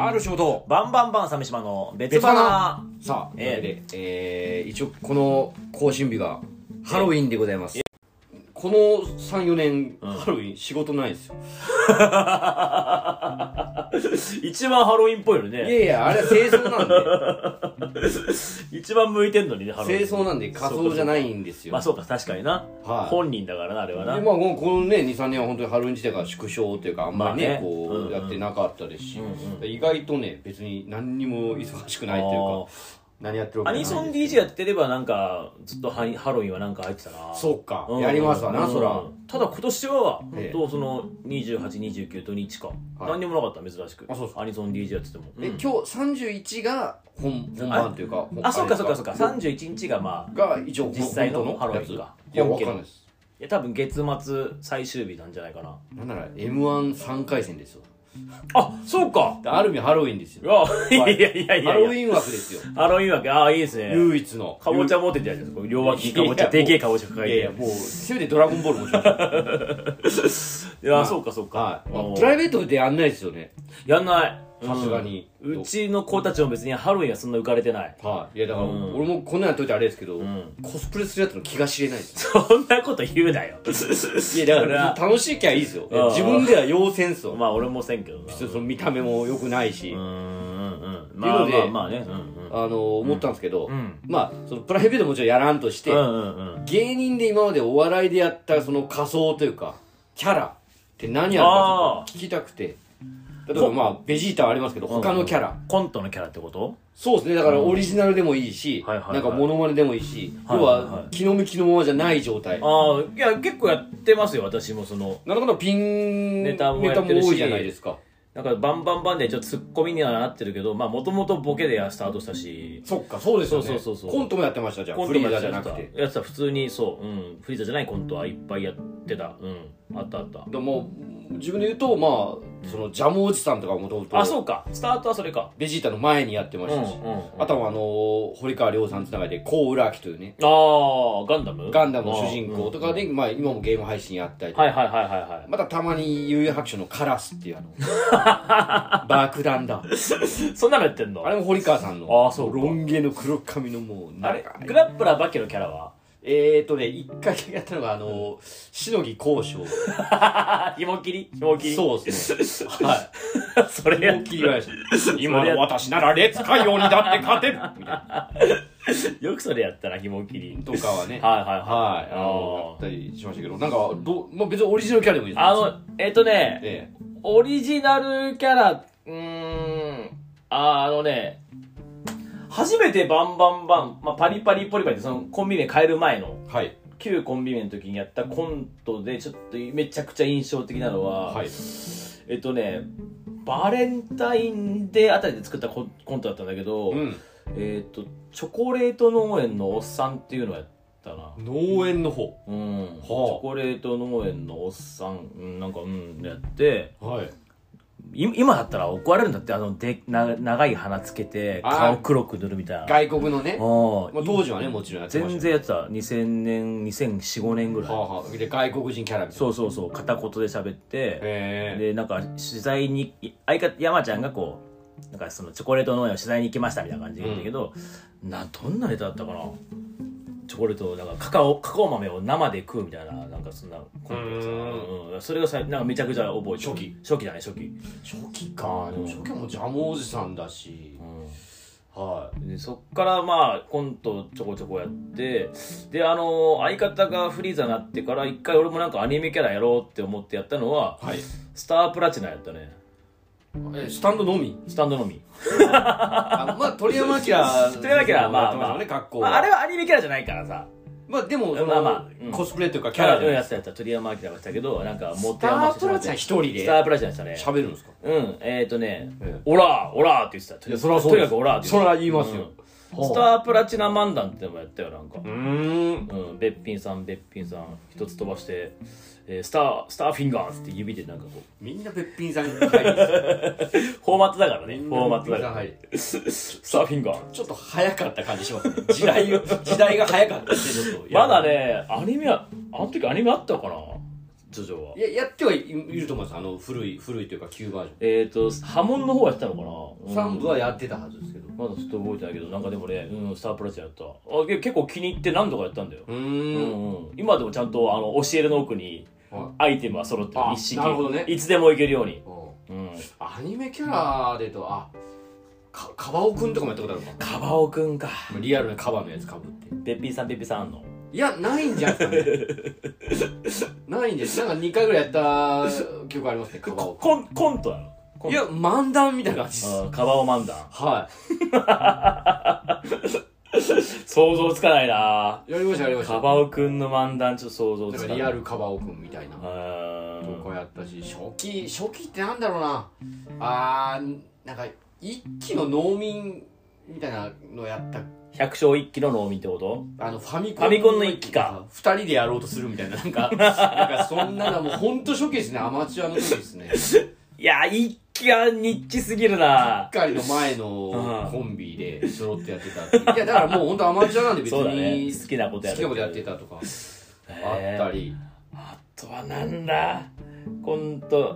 ある仕事バンバンバン鮫島の別花。 さあ、というわけで、一応この更新日がハロウィンでございます。この3、4年、ハロウィン仕事ないですよ。 一番ハロウィンっぽいよね。 いやいや、あれは清掃なんで。 一番向いてんのにね、ハロウィン。 清掃なんで仮装じゃないんですよ。 まあそうか、確かにな。 はい、 本人だからな、あれはな。 で、まあ、このね、2、3年は本当にハロウィン自体が縮小というか、あんまりね、こう、やってなかったですし、意外とね、別に何にも忙しくないというか、何やってるわけアニソン DJ やってればなんかずっとハロウィンはなんか入ってたな。 そうか、やりますわな、そら。 ただ今年は本当その28、29土日か、何にもなかった、珍しく。アニソン DJ やってても。 今日31が本番というか、 あ、そうかそうかそうか、31日がまあが一応実際のハロウィンか。 いや、わかんないです。 いや、多分月末最終日なんじゃないかな。 なんなら M13 回戦ですよ。 あ、そうか。 ある意味ハロウィンですよ。 いやいやいやいや、 ハロウィン枠ですよ。 ハロウィン枠、ああ、いいですね。 唯一のかぼちゃ持っててやるじゃん。両脇にかぼちゃ、でけえかぼちゃ抱えて。 いやいや、もうせめてドラゴンボールもしましょう。 いや、そうかそうか。 プライベートでやんないですよね。 やんない。 さすがに。 うちの子たちも別にハロウィンはそんな浮かれてない。 はい。いや、だから俺もこんなんやっといてあれですけど、コスプレするやつの気が知れないです。 そんなこと言うなよ。 いや、だから楽しいきゃいいですよ。自分では要せんすよ。 まあ俺もせんけどな。 その見た目も良くないし。 まあまあまあね。 思ったんですけど、まあ、そのプライベートもちろんやらんとして、芸人で今までお笑いでやったその仮装というか、キャラって何やるか聞きたくて。例えばまあ、ベジータはありますけど、他のキャラ。 コントのキャラってこと？ そうですね。だからオリジナルでもいいし、なんかモノマネでもいいし、要は気の向きのままじゃない状態。 ああ、いや、結構やってますよ、私もその。 なかなかピンネタも多いじゃないですか。 なんかバンバンバンでちょっとツッコミにはなってるけど、まあもともとボケでスタートしたし。 そっか、そうですよね。 そうコントもやってました、じゃあ。 フリーザじゃなくて。 やってた、普通にそう、フリーザじゃないコントはいっぱいやってた。あったあった。 でも、自分で言うと、まあ、そのジャムおじさんとかもともと。 あ、そうか。スタートはそれか。 ベジータの前にやってましたし。あとは堀川亮さんつながりで、コウ・ウラキというね。 ああ、ガンダムの主人公とかで、まあ今もゲーム配信やったりとか。 はい。 またたまに悠々白書のカラスっていう爆弾だ。 そんなのやってんの？ あれも堀川さんの。 ああ、そう。 ロン毛の黒髪のもう、 あれグラップラーバケのキャラは一回やったのが、しのぎ交渉。 紐切りそうですね。 はい。それ紐切りは今の私なら烈海王にだって勝てるみたいな。 よくそれやったら紐切り。 とかはね。 はい。 やったりしましたけど、なんか、まあ、別にオリジナルキャラでもいいですオリジナルキャラ、初めてバンバンバン、まあ、パリパリポリパリってそのコンビ名変える前の、旧コンビ名の時にやったコントでちょっとめちゃくちゃ印象的なのは、バレンタインデーあたりで作ったコントだったんだけど、チョコレート農園のおっさんっていうのをやったな。 農園の方？ チョコレート農園のおっさん、やって、今だったら怒られるんだって、長い鼻つけて顔黒く塗るみたいな。 外国のね。まあ当時はね、もちろんやってました。 全然やってた。2000年、2004、5年ぐらい。 で、外国人キャラみたいな。 そう、片言で喋って、で、なんか取材に、相方、山ちゃんがこう、なんかそのチョコレート農園を取材に行きましたみたいな感じで言うんだけど、どんなネタだったかな。チョコレート、なんかカカオ豆を生で食うみたいな、なんかそんなコントやつ。それがなんかめちゃくちゃ覚えてる。初期だね、初期か。でも初期もジャムおじさんだし。 でそっからまあコントちょこちょこやって、で相方がフリーザになってから一回俺もなんかアニメキャラやろうって思ってやったのは、スタープラチナやったね。 スタンドのみ。 まあ鳥山明まあね、格好。あれはアニメキャラじゃないからさ。まあでもコスプレというかキャラでやってた鳥山明がしたけど、なんか持ってました。スタープラチナ一人でスタープラチナしたね。 喋るんですか？ オラーって言ってた。 それはそう。 とにかくオラーって言ってた。それは言いますよ。 スタープラチナ漫談ってのもやったよ、なんか。べっぴんさん一つ飛ばして、スターフィンガーズって指でなんかこう。 みんなべっぴんさん入るんですよ。 フォーマットだからね。スターフィンガー。 ちょっと早かった感じしますね。時代が早かったね、ちょっと。 まだね、あの時アニメあったかな。 ジョジョは。 やってはいると思います。古いというか旧バージョン。 波紋の方やってたのかな。 3部はやってたはずですけど、 まだちょっと覚えてないけど、なんかでもね、スタープラチナやった。結構気に入って何度かやったんだよ。今でもちゃんと教えるの奥にアイテムは揃ってる、一式。 なるほどね。 いつでもいけるように。 アニメキャラでと、カバオくんとかもやったことあるか。 カバオくんか。 リアルなカバのやつかぶって。 ペッピーさんあんの？ いや、ないんじゃないですかね。ないんです。なんか2回ぐらいやった記憶ありますね、カバオ。 コントなの？ いや、漫談みたいな感じです。 カバオ漫談。 はい。 想像つかないな。 やりました。 カバオくんの漫談ちょっと想像つかない。 リアルカバオくんみたいな。とかやったし、初期ってなんだろうな。なんか、一期の農民みたいなのやった。 百姓一揆の農民ってこと？ ファミコンの一揆か。2人でやろうとするみたいな。なんかそんなのもうほんと初期ですね。アマチュアの時ですね。 いや、一揆はニッチすぎるな。 一回の前のコンビでちょろっとやってたっていう。いや、だからもうほんとアマチュアなんで別に、 好きなことやってたとかあったり。 あとはなんだコント、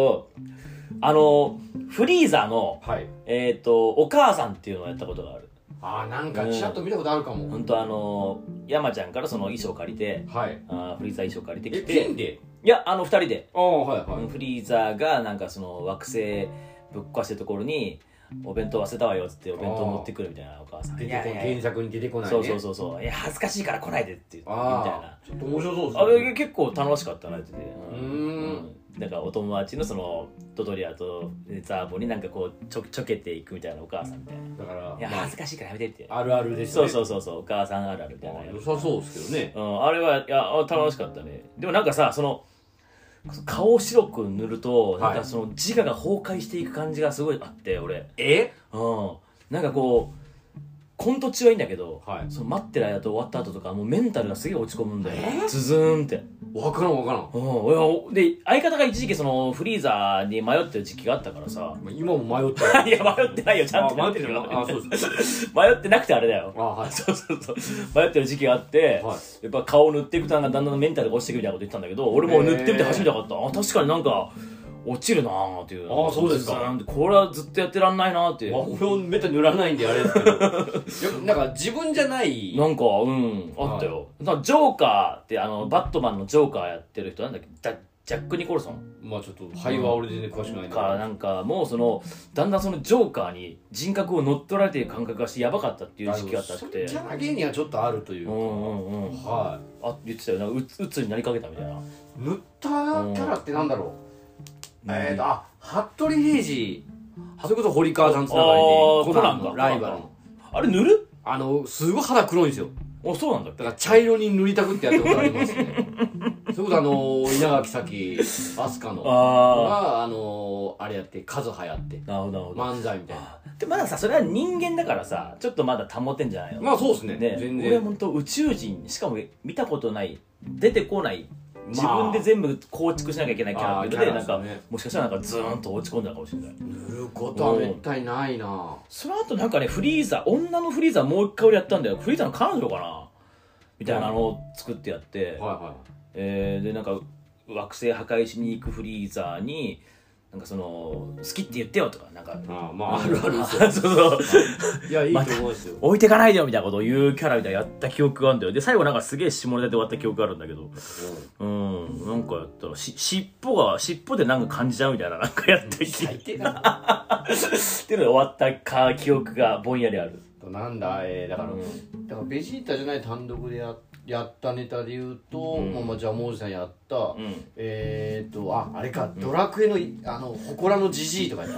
フリーザの、お母さんっていうのをやったことがある。 なんかちらっと見たことあるかも。 ほんと山ちゃんからその衣装借りて、フリーザ衣装借りてきて。 ピンで？ いや、2人で。 フリーザがなんかその惑星ぶっ壊してるところに、お弁当忘れたわよっつってお弁当持ってくるみたいなお母さん。 原作に出てこないね。そう。いや、恥ずかしいから来ないでって言ってみたいな。 ちょっと面白そうですね。 結構楽しかったなってて。なんかお友達のそのドドリアとザーボになんかこうちょけていくみたいなお母さんみたいな。だからいや、恥ずかしいからやめてって。 あるあるですね。 そうお母さんあるあるみたいな。 良さそうですけどね。 あれはいや楽しかったね。でもなんかさ、その顔を白く塗るとなんかその自我が崩壊していく感じがすごいあって、俺。なんかこうコント中はいいんだけど、その待ってる間と終わった後とかもうメンタルがすげえ落ち込むんだよ。ズズーンって。 わからん。 で、相方が一時期そのフリーザに迷ってる時期があったからさ。 今も迷ってない。 いや、迷ってないよ、ちゃんと迷ってるよ。 そうです。 迷ってなくてあれだよ。そう。迷ってる時期があって、やっぱ顔を塗っていくとだんだんメンタルが落ちてくるみたいなこと言ってたんだけど、俺も塗ってみて初めて分かった。確かになんか、落ちるなーっていう。 そうですか。 これはずっとやってらんないなーって。 俺もめったに塗らないんであれですけど。なんか自分じゃない。 なんか、あったよ。ジョーカーって、バットマンのジョーカーやってる人なんだっけ、ジャック・ニコルソン。 まあちょっと、肺は俺全然詳しくないんだけど。 なんか、もうだんだんそのジョーカーに人格を乗っ取られている感覚がしてやばかったっていう時期があったらしくて。 キャラ芸人はちょっとあるというか。 言ってたよ。なんか、鬱になりかけたみたいな。 塗ったキャラってなんだろう。服部平次、それこそ堀川さんつながりで、コナンのライバルの。 あれ塗る？ すごい肌黒いんですよ。 そうなんだ。 だから茶色に塗りたくってやったことありますね。それこそ稲垣咲飛鳥のが、あれやって、カズハやって、漫才みたいな。 で、まださ、それは人間だからさ、ちょっとまだ保てんじゃないの？ まあそうですね。 全然。俺は本当宇宙人、しかも見たことない、出てこない、自分で全部構築しなきゃいけないキャラっていうので、なんかもしかしたらなんかズーンと落ち込んだかもしれない。 塗ることはめったにないな。 その後なんかね、女のフリーザもう一回俺やったんだよ。フリーザの彼女かなみたいなのを作ってやって、でなんか惑星破壊しに行くフリーザになんか好きって言ってよとか、なんかあるあるですよ。いや、いいと思うんですよ。 置いてかないでよみたいなことを言うキャラみたいなやった記憶があるんだよ。で、最後なんかすげえ下ネタで終わった記憶があるんだけど、なんかやったら尻尾でなんか感じちゃうみたいな、なんかやった最低だな。 っていうので終わった記憶がぼんやりある。 なんだ、だからベジータじゃない単独でやったネタで言うと、じゃあモージさんやった、あれか、ドラクエの祠のジジイとかやった。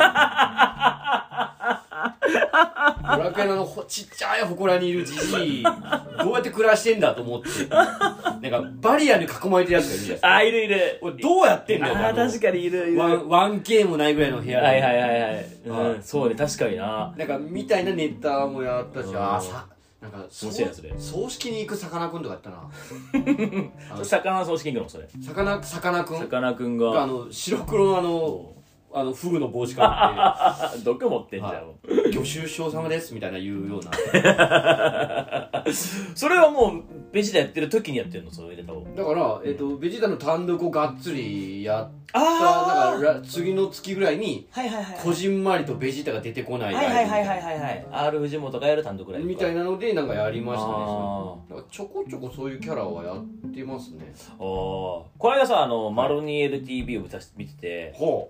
ドラクエのちっちゃい祠にいるジジイ、どうやって暮らしてんだと思って、なんかバリアに囲まれてるやつがいるじゃないですか。 いる。 これどうやってんだよ。 確かにいる。 1K もないぐらいの部屋で。そうね、確かにな。 なんかみたいなネタもやったし、なんか面白いやつで葬式に行くさかなクンとかやったな。 魚の葬式行くのそれ。 さかなクン。 さかなクンが白黒のフグの帽子かぶって毒持ってんじゃん。 御愁傷様ですみたいな言うような。 それはもうベジータやってる時にやってるの、そのネタを。 だから、ベジータの単独をがっつりやっただから次の月ぐらいにこじんまりとベジータが出てこない R 藤本がやる単独ライブみたいなのでなんかやりましたね。だからちょこちょこそういうキャラはやってますね。 この間さマロニエル TV を見てて、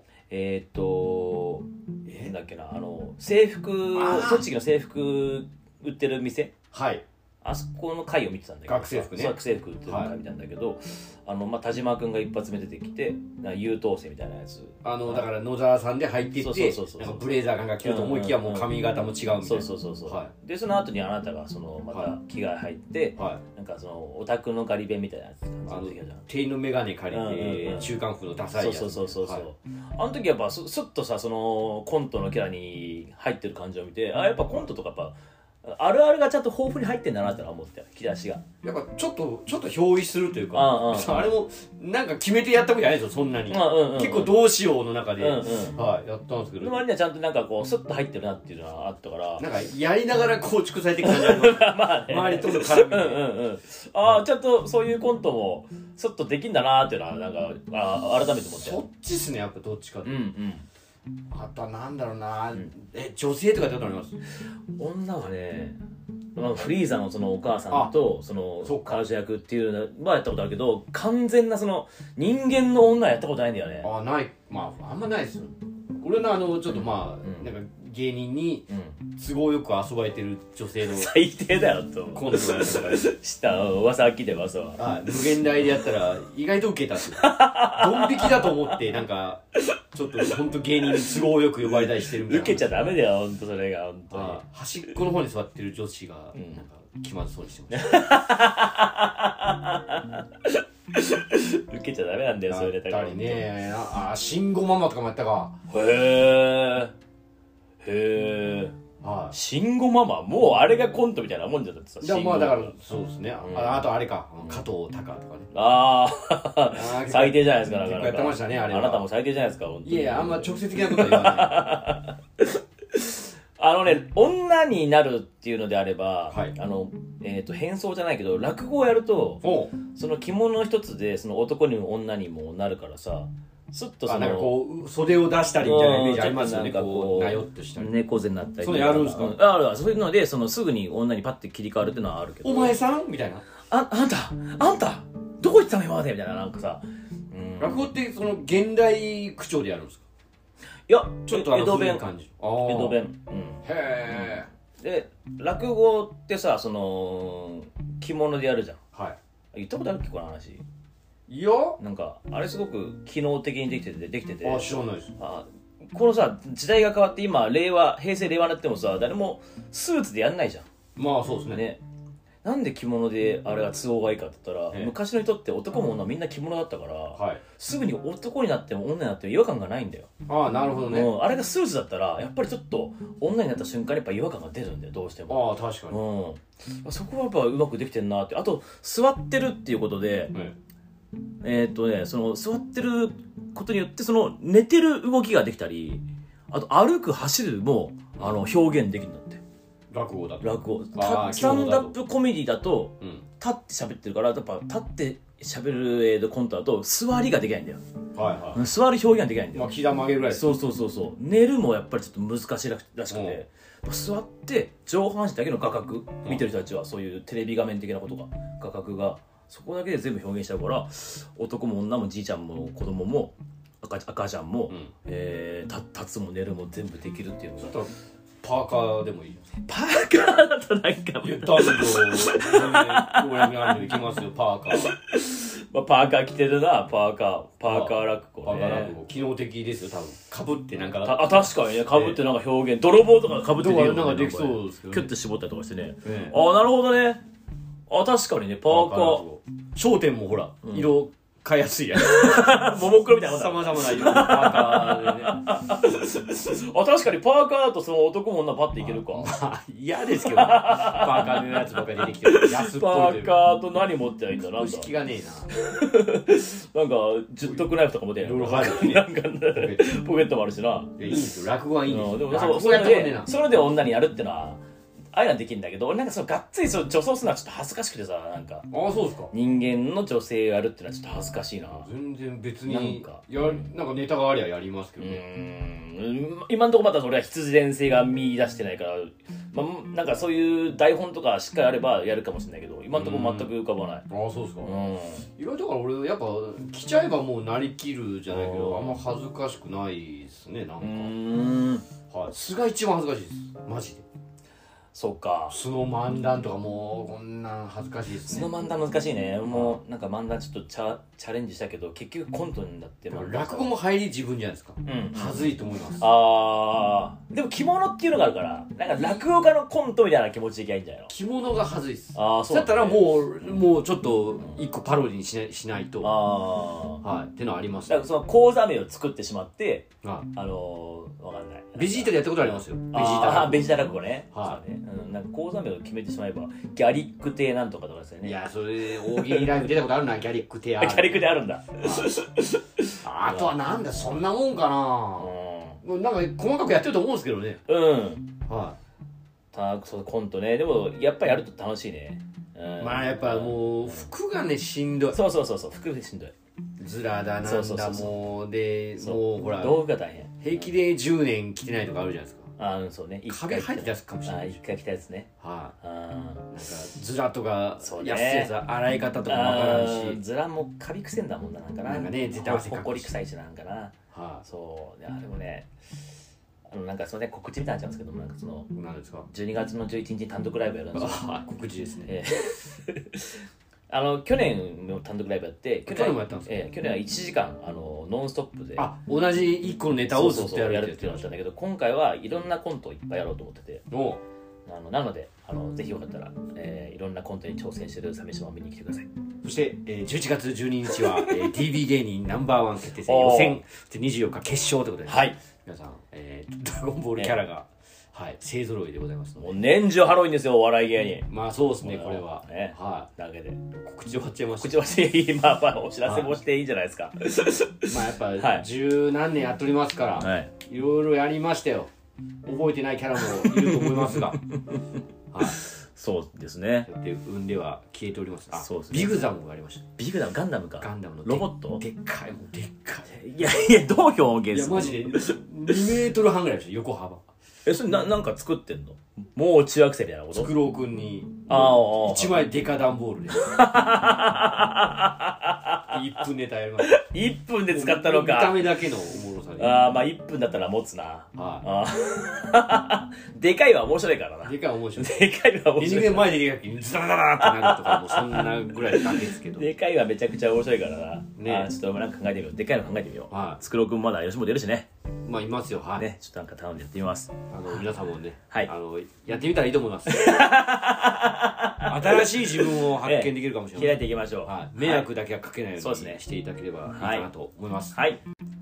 なんだっけな、制服、栃木の制服売ってる店、あそこの回を見てたんだけど、 学生服ね、 学生服売ってる回見たんだけど、田島君が一発目出てきて優等生みたいなやつ、 だから野沢さんで入ってってなんかブレザーが着ると思いきやもう髪型も違うみたいな。でその後にあなたがまた着替え入ってなんかオタクのガリ弁みたいなやつ、 店員の眼鏡借りて中間風のダサいやつ、 あの時やっぱスッとさコントのキャラに入ってる感じを見て、やっぱコントとかやっぱあるあるがちゃんと豊富に入ってんだなって思って引き出しがやっぱちょっと憑依するというか、あれもなんか決めてやったわけじゃないですよそんなに。結構どうしようの中でやったんですけど、 周りにはちゃんとなんかこうスッと入ってるなっていうのはあったから、 なんかやりながら構築されてきたんじゃないですか周りとの絡みで。 ちゃんとそういうコントもスッとできんだなっていうのはなんか改めて思って、 そっちっすねやっぱどっちかと。あとはなんだろうな、女性とかってことあります？ 女はね、フリーザのそのお母さんと彼女役っていうのはやったことあるけど、完全なその人間の女はやったことないんだよね。 ない、あんまないですよ。俺のちょっとなんか芸人に都合よく遊ばれてる女性の最低だよとコントやったからした噂聞いてますわ。無限大でやったら意外とウケたってドン引きだと思ってなんかちょっと本当芸人に都合よく呼ばれたりしてるみたいな。 受けちゃダメだよ本当それが本当に。 端っこの方に座ってる女子がなんか気まずそうにしてました。 受けちゃダメなんだよそういうネタが。 やったりね、慎吾ママとかもやったか。 へえ。慎吾ママもうあれがコントみたいなもんじゃったってさ。 だからそうですね。あとあれか加藤隆とかね。最低じゃないですか。 結構やってましたねあれは。 あなたも最低じゃないですか本当に。 いやあんま直接的なことは言わない。 女になるっていうのであれば、変装じゃないけど落語をやるとその着物一つでその男にも女にもなるからさ、スッとなんかこう袖を出したりみたいなイメージありますよね。こうなよっとしたり猫背になったりそうやるんですか？ あるそういうのですぐに女にパッて切り替わるっていうのはあるけど、 お前さんみたいな、 あんたどこ行ってたの今までみたいな、なんかさ、 落語ってその現代口調でやるんですか？ いやちょっと江戸弁感じ。 江戸弁。 へえ。で落語ってさ着物でやるじゃん。言ったことあるっけこの話。 いやなんかあれすごく機能的にできてて知らないです。 このさ時代が変わって今平成令和になってもさ誰もスーツでやんないじゃん。 そうですね。 なんで着物であれが都合がいいかって言ったら、昔の人って男も女みんな着物だったから、すぐに男になっても女になっても違和感がないんだよ。 なるほどね。 あれがスーツだったらやっぱりちょっと女になった瞬間にやっぱ違和感が出るんだよどうしても。 確かに。そこはやっぱうまくできてんなって。あと座ってるっていうことで、その座ってることによってその寝てる動きができたり、あと歩く走るも表現できるんだって。 落語だと。 スタンダップコメディだと、立って喋ってるからやっぱ立って喋るコントだと座りができないんだよ。座る表現ができないんだよ。 膝曲げるぐらい。 そう寝るもやっぱりちょっと難しいらしくて、座って上半身だけの画角、見てる人たちはそういうテレビ画面的なことが画角がそこだけで全部表現しちゃうから、男も女もじいちゃんも子供も赤ちゃんも、立つも寝るも全部できるっていうのが。 パーカーでもいい。 パーカーだとなんか言ったんだよ。公園にあるの行きますよパーカー。 パーカー着てるな。パーカー落語ね。 パーカー落語機能的ですよ多分。かぶってなんか確かにね、かぶってなんか表現、泥棒とかかぶってるよなんかできそうですけど、 キュッと絞ったりとかしてね。なるほどね。確かにね、パーカー。 焦点もほら色変えやすいやん。 ももクロみたいな。 様々な色のパーカーでね。 確かにパーカーだとその男も女パッていけるか。 嫌ですけど、パーカーのやつばっかり出てきてる。安っぽい。 パーカーと何持ってないんだなんだ。 常識がねえな。なんか十徳ナイフとか持ってない。なんかポケットもあるしな。 いいんですよ。落語はいいんですよ。 でもそれで女にやるってのはああいうのはできるんだけど、俺なんかそのがっつり女装するのはちょっと恥ずかしくてさ、なんかああそうですか。 人間の女性をやるっていうのはちょっと恥ずかしいな。 全然別になんかネタがありゃやりますけどね。 今のところまだ俺は必然性が見出してないから、まあ、なんかそういう台本とかしっかりあればやるかもしれないけど、今のところ全く浮かばない。 ああそうですか。意外とだから俺やっぱ来ちゃえばもうなりきるじゃないけど、あんま恥ずかしくないですね。なんかはい、素が一番恥ずかしいですマジで。 そうか。 素の漫談とかもうこんなん恥ずかしいですね。 素の漫談難しいね。もうなんか漫談ちょっとチャレンジしたけど結局コントになって、 落語も入り自分じゃないですか。恥ずいと思います。 でも着物っていうのがあるから、なんか落語家のコントみたいな気持ちでいけばいいんじゃないの。 着物が恥ずいです。 そうだったらもうちょっと一個パロディにしないと。はいってのはあります。 だからその講座名を作ってしまって、わかんない。 ベジータでやったことありますよ。 ベジータ落語ね。なんか講座名を決めてしまえばギャリック亭なんとかとかですよね。 いやそれ大喜利ライブ出たことあるな。ギャリック亭。ギャリック亭あるんだ。 あとはなんだそんなもんかな。なんか細かくやってると思うんですけどね。 そうコントね。でもやっぱりやると楽しいね。 まあやっぱもう服がねしんどい。 そう服がしんどい。 ズラだなんだもうでもうほら道具が大変。 平気で10年着てないとかあるじゃないですか。 そうね。 壁入ってやつかもしれない。 一回着たやつね。 なんかズラとかやすやつ洗い方とかも分からんし、 ズラもカビくせんだもんな。なんかね絶対汗かくし、 ほこり臭いしなんかな。そうで、あれもね、なんかすみません、告知みたいになっちゃうんですけども、なんかその何ですか、 12月の11日に単独ライブやるんですよ。 告知ですね。 去年の単独ライブやって、 去年もやったんですか。 去年は1時間ノンストップで同じ1個のネタをずっとやるっていうのだったんだけど、今回はいろんなコントをいっぱいやろうと思ってて、なのでぜひよかったらいろんなコントに挑戦してる鮫島を見に来てください。 そして11月12日はTV 芸人Ｎｏ.1決定戦予選、そして24日決勝ということで、皆さんドラゴンボールキャラが勢ぞろいでございますので、 もう年中ハロウィンですよ、お笑い芸人。 まあそうですね、これはだけで告知終わっちゃいました。 告知終わってまあお知らせもしていいんじゃないですか。 まあやっぱ十何年やっておりますから、いろいろやりましたよ。覚えてないキャラもいると思いますが、 そうですね。 で運では消えております。 そうですね。 ビグザムがありました。 ビグザム、ガンダムか。 ガンダムのロボット。 でっかい、もうでっかい。 いやどう表現するの。 いやマジで2メートル半ぐらいでした、横幅。 それなんか作ってんの？もう中学生みたいなこと？ つくろうくんに1枚デカ段ボールで1分ネタやりました。 1分で使ったのか。 見た目だけのおもろさで。 まあ1分だったら持つな。でかいは面白いからな。 でかいは面白い。 でかいは面白い。 前ででかいズダダダってなるとか、もうそんなぐらいだけですけど。 でかいはめちゃくちゃ面白いからな。ちょっとなんか考えてみよう。でかいの考えてみよう。つくろうくんまだ吉本いるしね。 まあいますよ。 ね、ちょっとなんか頼んでやってみます。 皆さんもね、やってみたらいいと思います。新しい自分を発見できるかもしれない。 開いていきましょう。 迷惑だけはかけないようにしていただければいいかなと思います。 はい。